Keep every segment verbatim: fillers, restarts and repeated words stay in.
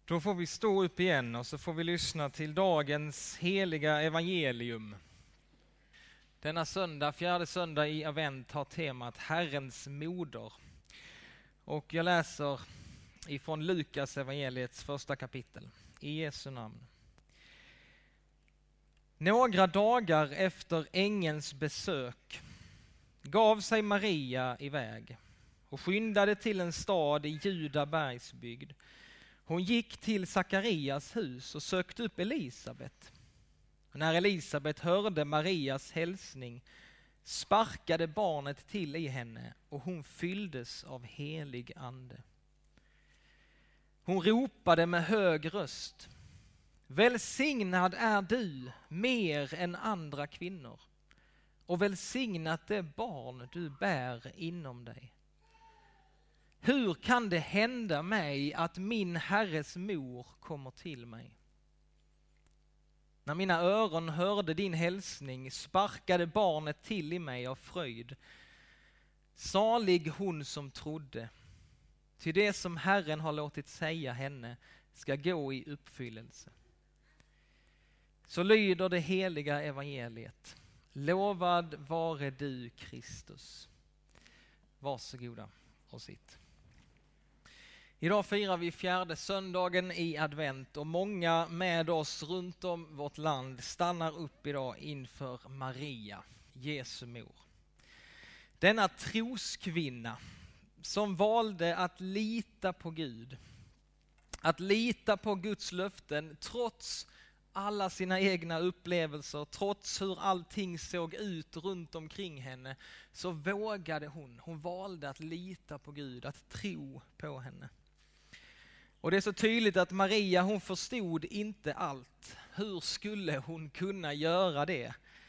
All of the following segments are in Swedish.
Då får vi stå upp igen och så får vi lyssna till dagens heliga evangelium. Denna söndag, fjärde söndag i advent, har temat Herrens moder. Och jag läser ifrån Lukas evangeliets första kapitel. I Jesu namn. Några dagar efter ängelns besök gav sig Maria iväg och skyndade till en stad i Juda bergsbygd. Hon gick till Sakarias hus och sökte upp Elisabet. När Elisabet hörde Marias hälsning sparkade barnet till i henne och hon fylldes av helig ande. Hon ropade med hög röst: Välsignad är du mer än andra kvinnor, och välsignat det barn du bär inom dig. Hur kan det hända mig att min Herres mor kommer till mig? När mina öron hörde din hälsning sparkade barnet till i mig av fröjd. Salig hon som trodde, ty det som Herren har låtit säga henne ska gå i uppfyllelse. Så lyder det heliga evangeliet. Lovad vare du, Kristus. Varsågoda och sitt. Idag firar vi fjärde söndagen i advent och många med oss runt om vårt land stannar upp idag inför Maria, Jesu mor. Denna troskvinna som valde att lita på Gud, att lita på Guds löften trots alla sina egna upplevelser, trots hur allting såg ut runt omkring henne, så vågade hon. Hon valde att lita på Gud, att tro på henne. Och det är så tydligt att Maria, hon förstod inte allt. Hur skulle hon kunna göra det?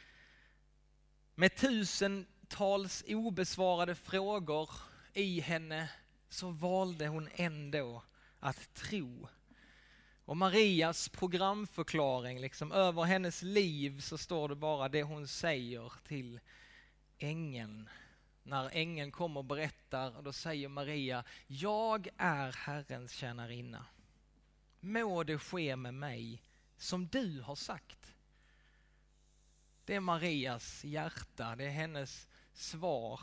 Med tusentals obesvarade frågor i henne så valde hon ändå att tro. Och Marias programförklaring, liksom över hennes liv, så står det bara det hon säger till ängeln. När ängeln kommer och berättar, och då säger Maria: jag är Herrens tjänarinna. Må det ske med mig som du har sagt. Det är Marias hjärta, det är hennes svar.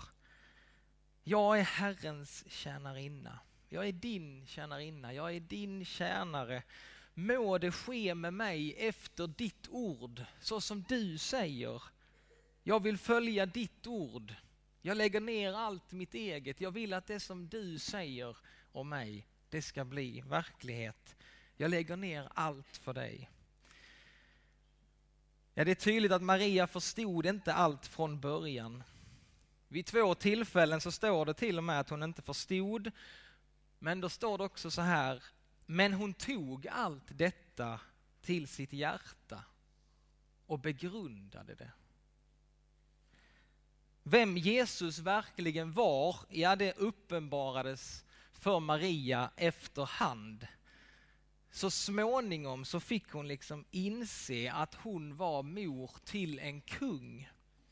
Jag är Herrens tjänarinna. Jag är din tjänarinna, jag är din tjänare. Må det ske med mig efter ditt ord, så som du säger. Jag vill följa ditt ord. Jag lägger ner allt mitt eget. Jag vill att det som du säger om mig, det ska bli verklighet. Jag lägger ner allt för dig. Ja, det är tydligt att Maria förstod inte allt från början. Vid två tillfällen så står det till och med att hon inte förstod. Men då står det också så här: men hon tog allt detta till sitt hjärta och begrundade det. Vem Jesus verkligen var, ja, det uppenbarades för Maria efterhand. Så småningom så fick hon liksom inse att hon var mor till en kung.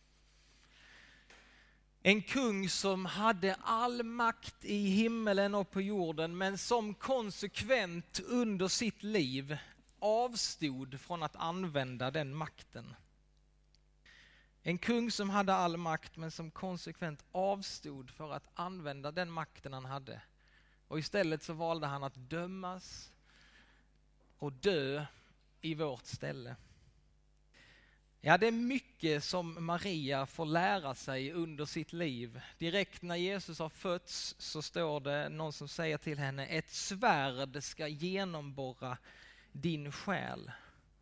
En kung som hade all makt i himmelen och på jorden, men som konsekvent under sitt liv avstod från att använda den makten. En kung som hade all makt, men som konsekvent avstod för att använda den makten han hade. Och istället så valde han att dömas och dö i vårt ställe. Ja, det är mycket som Maria får lära sig under sitt liv. Direkt när Jesus har fötts så står det någon som säger till henne: ett svärd ska genomborra din själ.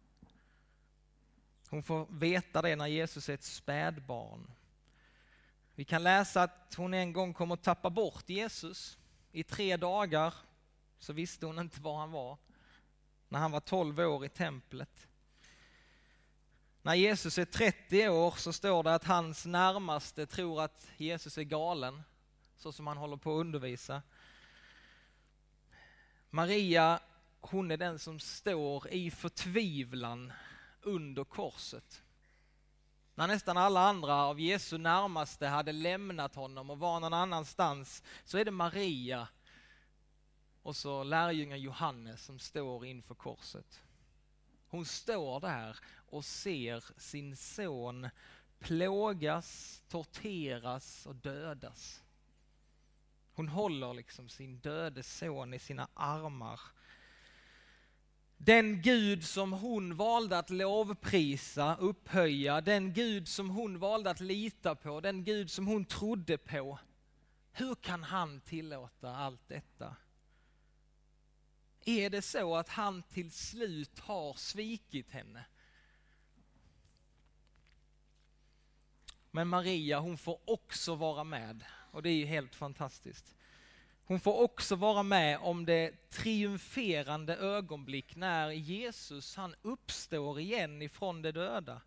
Hon får veta det när Jesus är ett spädbarn. Vi kan läsa att hon en gång kommer att tappa bort Jesus. I tre dagar så visste hon inte var han var. När han var tolv år i templet. När Jesus är trettio år så står det att hans närmaste tror att Jesus är galen, så som han håller på att undervisa. Maria, hon är den som står i förtvivlan under korset. När nästan alla andra av Jesu närmaste hade lämnat honom och var någon annanstans, så är det Maria och så lärjungen Johannes som står inför korset. Hon står där och ser sin son plågas, torteras och dödas. Hon håller liksom sin döde son i sina armar. Den Gud som hon valde att lovprisa, upphöja, den Gud som hon valde att lita på, den Gud som hon trodde på. Hur kan han tillåta allt detta? Är det så att han till slut har svikit henne? Men Maria, hon får också vara med, och det är ju helt fantastiskt. Hon får också vara med om det triumferande ögonblick när Jesus han uppstår igen ifrån de döda.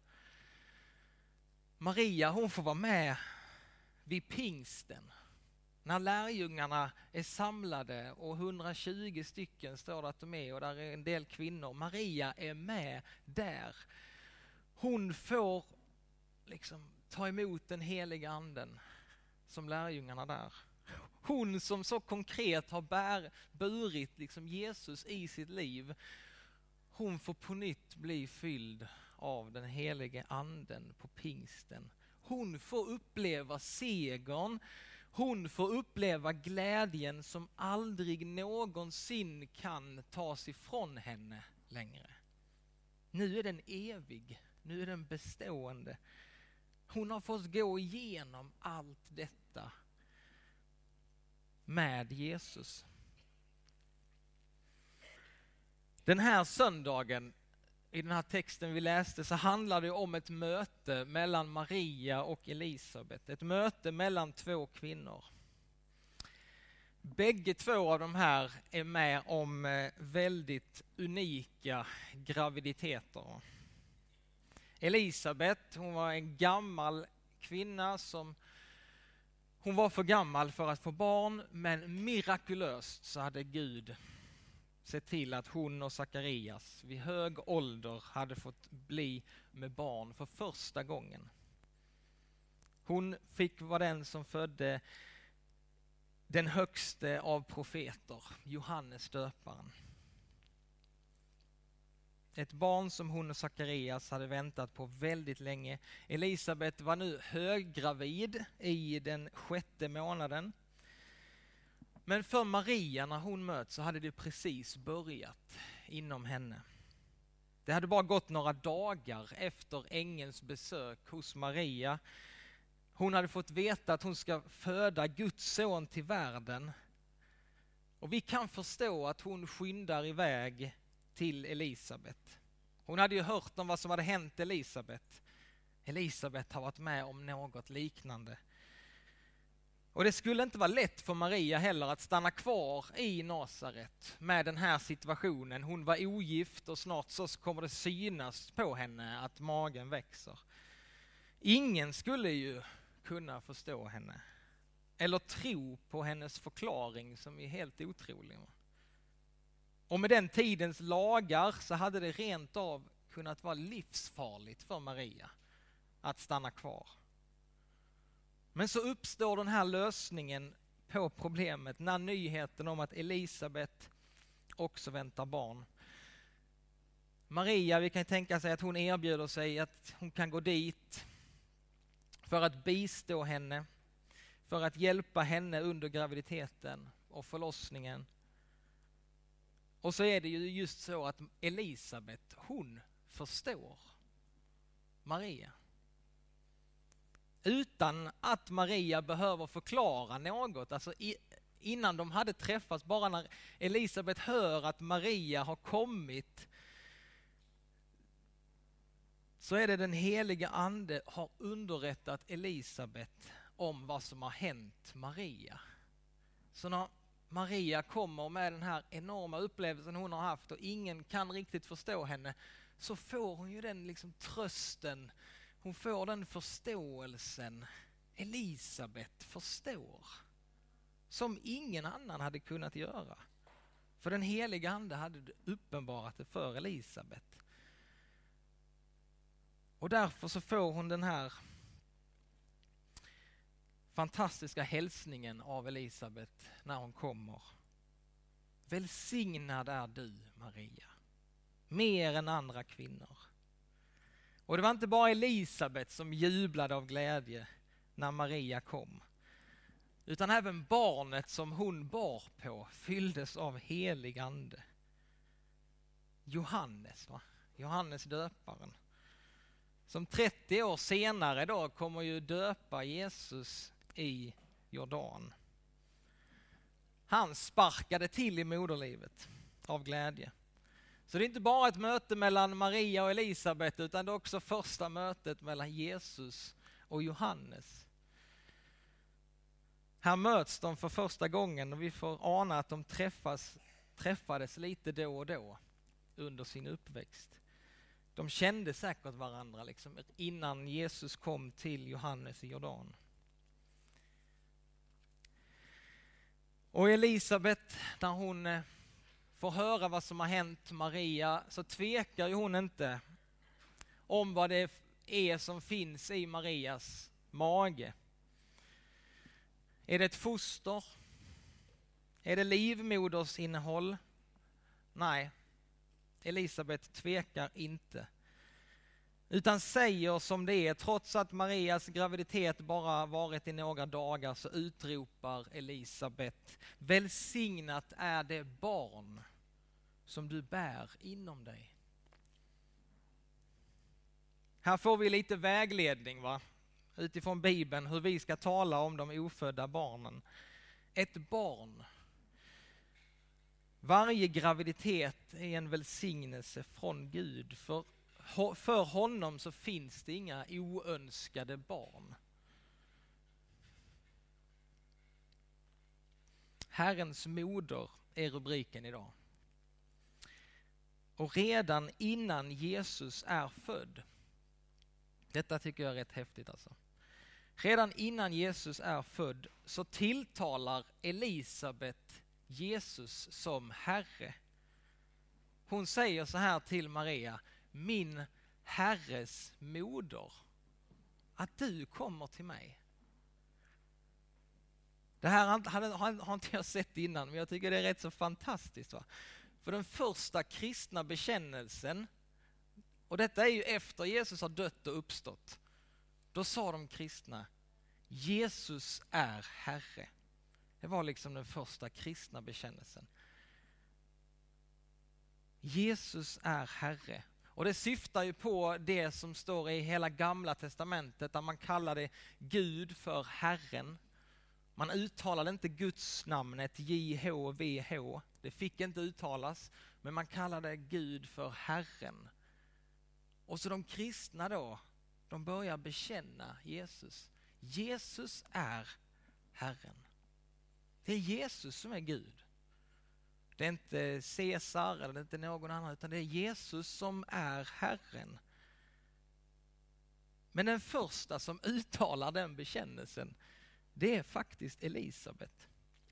Maria, hon får vara med vid pingsten. När lärjungarna är samlade och hundratjugo stycken står det att de är, och där är en del kvinnor. Maria är med där. Hon får liksom ta emot den heliga anden som lärjungarna där. Hon som så konkret har bär, burit liksom Jesus i sitt liv. Hon får på nytt bli fylld av den helige anden på pingsten. Hon får uppleva segern. Hon får uppleva glädjen som aldrig någonsin kan tas ifrån henne längre. Nu är den evig. Nu är den bestående. Hon har fått gå igenom allt detta med Jesus. Den här söndagen, i den här texten vi läste, så handlar det om ett möte mellan Maria och Elisabet. Ett möte mellan två kvinnor. Bägge två av de här är med om väldigt unika graviditeter. Elisabet, hon var en gammal kvinna som hon var för gammal för att få barn, men mirakulöst så hade Gud sett till att hon och Sakarias vid hög ålder hade fått bli med barn för första gången. Hon fick vara den som födde den högste av profeter, Johannes döparen. Ett barn som hon och Sakarias hade väntat på väldigt länge. Elisabet var nu höggravid i den sjätte månaden. Men för Maria när hon möts så hade det precis börjat inom henne. Det hade bara gått några dagar efter ängelns besök hos Maria. Hon hade fått veta att hon ska föda Guds son till världen. Och vi kan förstå att hon skyndar iväg till Elisabet. Hon hade ju hört om vad som hade hänt Elisabet. Elisabet har varit med om något liknande. Och det skulle inte vara lätt för Maria heller att stanna kvar i Nasaret med den här situationen. Hon var ogift och snart så kommer det synas på henne att magen växer. Ingen skulle ju kunna förstå henne eller tro på hennes förklaring som är helt otrolig. Och med den tidens lagar så hade det rent av kunnat vara livsfarligt för Maria att stanna kvar. Men så uppstår den här lösningen på problemet när nyheten om att Elisabet också väntar barn. Maria, vi kan tänka sig att hon erbjuder sig att hon kan gå dit för att bistå henne, för att hjälpa henne under graviditeten och förlossningen. Och så är det ju just så att Elisabet, hon förstår Maria. Utan att Maria behöver förklara något. Alltså i, innan de hade träffats, bara när Elisabet hör att Maria har kommit, så är det den heliga ande har underrättat Elisabet om vad som har hänt Maria. Så när Maria kommer med den här enorma upplevelsen hon har haft och ingen kan riktigt förstå henne, så får hon ju den liksom trösten. Hon får den förståelsen. Elisabet förstår. Som ingen annan hade kunnat göra. För den heliga ande hade uppenbarat det för Elisabet. Och därför så får hon den här fantastiska hälsningen av Elisabet när hon kommer. välsignad är du, Maria, mer än andra kvinnor. Och det var inte bara Elisabet som jublade av glädje när Maria kom, utan även barnet som hon bar på fylldes av helig ande. Johannes, va? Johannes döparen, som trettio år senare då kommer ju döpa Jesus i Jordan. Han sparkade till i moderlivet av glädje. Så det är inte bara ett möte mellan Maria och Elisabet, utan det är också första mötet mellan Jesus och Johannes. Här möts de för första gången och vi får ana att de träffas, träffades lite då och då under sin uppväxt. De kände säkert varandra liksom innan Jesus kom till Johannes i Jordan. Och Elisabet, när hon får höra vad som har hänt Maria, så tvekar ju hon inte om vad det är som finns i Marias mage. Är det ett foster? Är det livmodersinnehåll? Nej, Elisabet tvekar inte, utan säger som det är. Trots att Marias graviditet bara varit i några dagar så utropar Elisabet: välsignat är det barn som du bär inom dig. Här får vi lite vägledning, va? Utifrån Bibeln, hur vi ska tala om de ofödda barnen. Ett barn. Varje graviditet är en välsignelse från Gud. För, för honom så finns det inga oönskade barn. Herrens moder är rubriken idag. Och redan innan Jesus är född, detta tycker jag är rätt häftigt alltså. Redan innan Jesus är född så tilltalar Elisabet Jesus som Herre. Hon säger så här till Maria: min Herres moder, att du kommer till mig. Det här har inte jag sett innan, men jag tycker det är rätt så fantastiskt, va? För den första kristna bekännelsen, och detta är ju efter Jesus har dött och uppstått, då sa de kristna: Jesus är Herre. Det var liksom den första kristna bekännelsen. Jesus är Herre. Och det syftar ju på det som står i hela gamla testamentet, där man kallar det Gud för Herren. Man uttalade inte Guds namnet J H V H. Det fick inte uttalas, men man kallade Gud för Herren. Och så de kristna då, de börjar bekänna Jesus. Jesus är Herren. Det är Jesus som är Gud. Det är inte Caesar eller det är inte någon annan, utan det är Jesus som är Herren. Men den första som uttalar den bekännelsen, det är faktiskt Elisabet.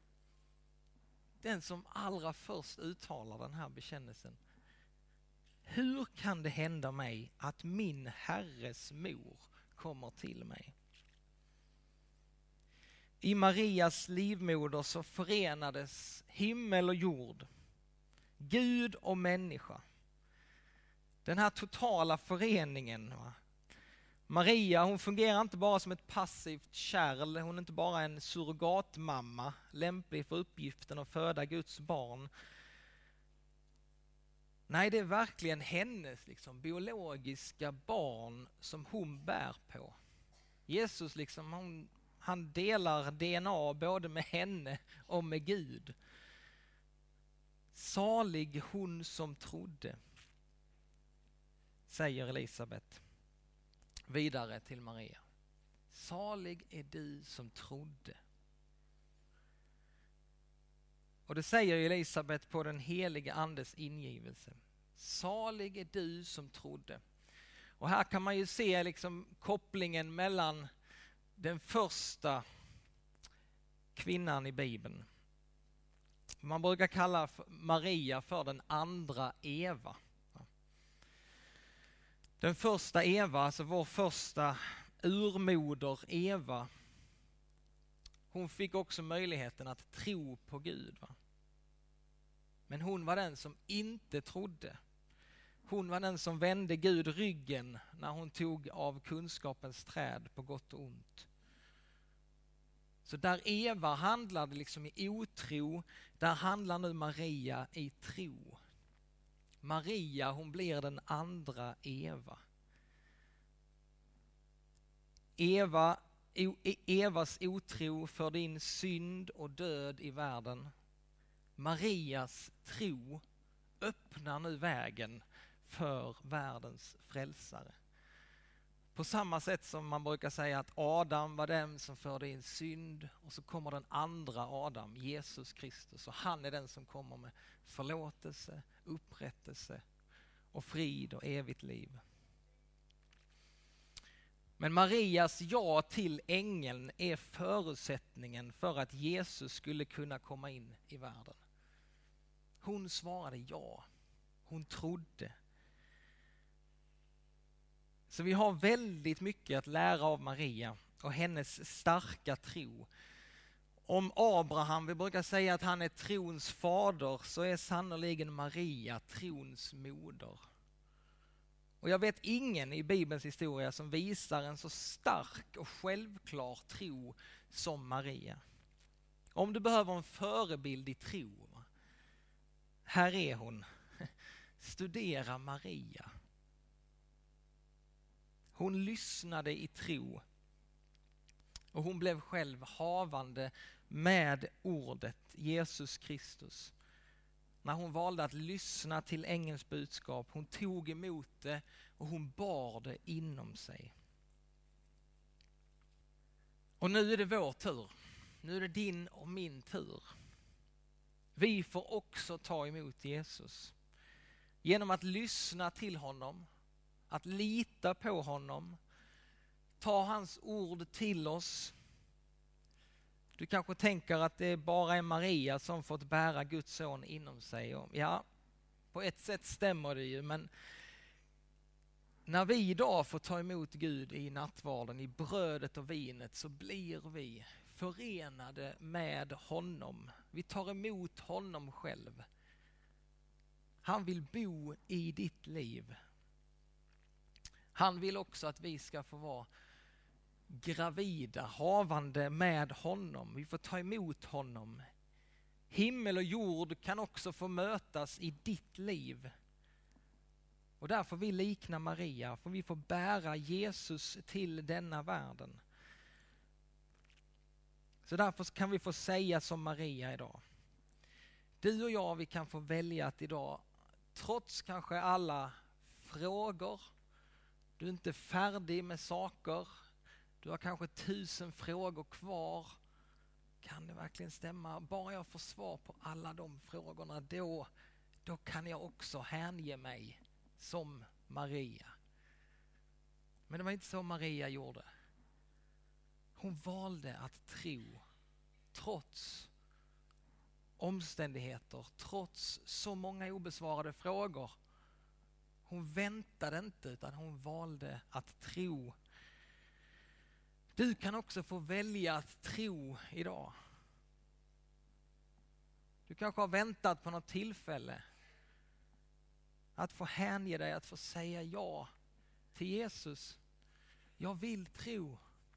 Den som allra först uttalar den här bekännelsen. Hur kan det hända mig att min Herres mor kommer till mig? I Marias livmoder så förenades himmel och jord, Gud och människa. Den här totala föreningen. Va? Maria, hon fungerar inte bara som ett passivt kärl, hon är inte bara en surrogatmamma, lämplig för uppgiften att föda Guds barn. Nej, det är verkligen hennes liksom, biologiska barn som hon bär på. Jesus liksom, hon, han delar D N A både med henne och med Gud. Salig hon som trodde, säger Elisabet vidare till Maria. Salig är du som trodde. Och det säger Elisabet på den heliga andes ingivelse. Salig är du som trodde. Och här kan man ju se liksom kopplingen mellan den första kvinnan i Bibeln. Man brukar kalla Maria för den andra Eva. Den första Eva, alltså vår första urmoder Eva, hon fick också möjligheten att tro på Gud. Va? Men hon var den som inte trodde. Hon var den som vände Gud ryggen när hon tog av kunskapens träd på gott och ont. Så där Eva handlade liksom i otro, där handlar nu Maria i tro. Maria, hon blir den andra Eva. Eva, Evas otro förde in synd och död i världen. Marias tro öppnar nu vägen för världens frälsare. På samma sätt som man brukar säga att Adam var den som förde in synd, och så kommer den andra Adam, Jesus Kristus, och han är den som kommer med förlåtelse, upprättelse och frid och evigt liv. Men Marias ja till ängeln är förutsättningen för att Jesus skulle kunna komma in i världen. Hon svarade ja. Hon trodde. Så vi har väldigt mycket att lära av Maria och hennes starka tro. Om Abraham, vi brukar säga att han är trons fader, så är sannoliken Maria trons moder. Och jag vet ingen i Bibelns historia som visar en så stark och självklar tro som Maria. Om du behöver en förebild i tro, här är hon. Studera Maria. Hon lyssnade i tro och hon blev själv havande med ordet Jesus Kristus. När hon valde att lyssna till ängelns budskap, hon tog emot det och hon bar det inom sig. Och nu är det vår tur. Nu är det din och min tur. Vi får också ta emot Jesus. Genom att lyssna till honom, att lita på honom, ta hans ord till oss. Du kanske tänker att det bara är Maria som fått bära Guds son inom sig. Ja, på ett sätt stämmer det ju, men när vi idag får ta emot Gud i nattvarden, i brödet och vinet, så blir vi förenade med honom. Vi tar emot honom själv. Han vill bo i ditt liv. Han vill också att vi ska få vara gravida, havande med honom. Vi får ta emot honom. Himmel och jord kan också få mötas i ditt liv. Och därför vi likna Maria, för vi får bära Jesus till denna världen. Så därför kan vi få säga som Maria idag. Du och jag, vi kan få välja att idag, trots kanske alla frågor, du är inte färdig med saker, du har kanske tusen frågor kvar. Kan det verkligen stämma? Bara jag får svar på alla de frågorna, då, då kan jag också hänge mig som Maria. Men det var inte så Maria gjorde. Hon valde att tro trots omständigheter, trots så många obesvarade frågor. Hon väntade inte, utan hon valde att tro. Du kan också få välja att tro idag. Du kanske har väntat på något tillfälle att få hänge dig, att få säga ja till Jesus. Jag vill tro.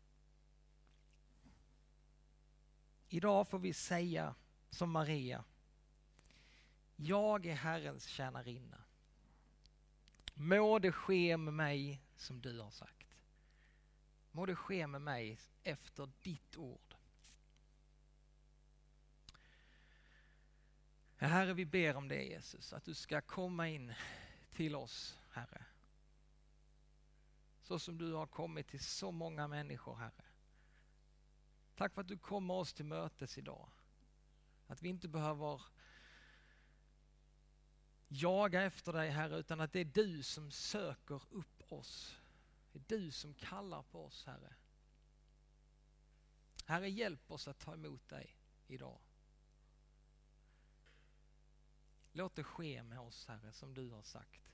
Idag får vi säga som Maria: jag är Herrens tjänarinna. Må det ske med mig som du har sagt. Må det ske med mig efter ditt ord. Herre, vi ber om det, Jesus, att du ska komma in till oss, Herre. Så som du har kommit till så många människor, Herre. Tack för att du kommer oss till mötes idag. Att vi inte behöver jaga efter dig, Herre, utan att det är du som söker upp oss. Det är du som kallar på oss, Herre. Herre, hjälp oss att ta emot dig idag. Låt det ske med oss, Herre, som du har sagt.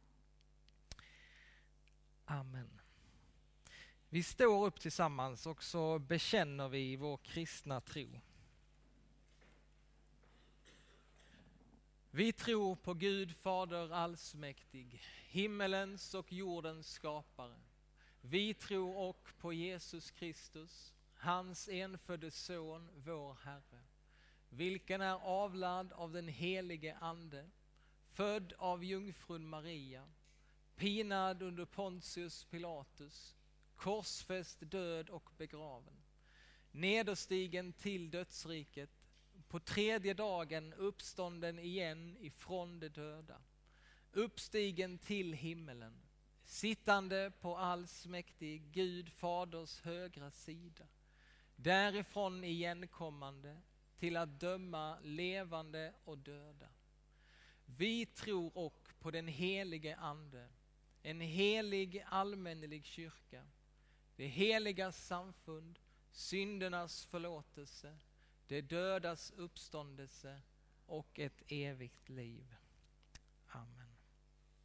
Amen. Vi står upp tillsammans och så bekänner vi vår kristna tro. Vi tror på Gud Fader allsmäktig, himmelens och jordens skapare. Vi tror och på Jesus Kristus, hans enfödde son, vår Herre, vilken är avlad av den helige Ande, född av jungfrun Maria, pinad under Pontius Pilatus, korsfäst, död och begraven, nederstigen till dödsriket, på tredje dagen uppstånden igen ifrån de döda, uppstigen till himmelen, sittande på allsmäktig Gud Faders högra sida, därifrån igenkommande till att döma levande och döda. Vi tror och på den helige Ande, en helig allmännelig kyrka, det heliga samfund, syndernas förlåtelse, det dödas uppståndelse och ett evigt liv.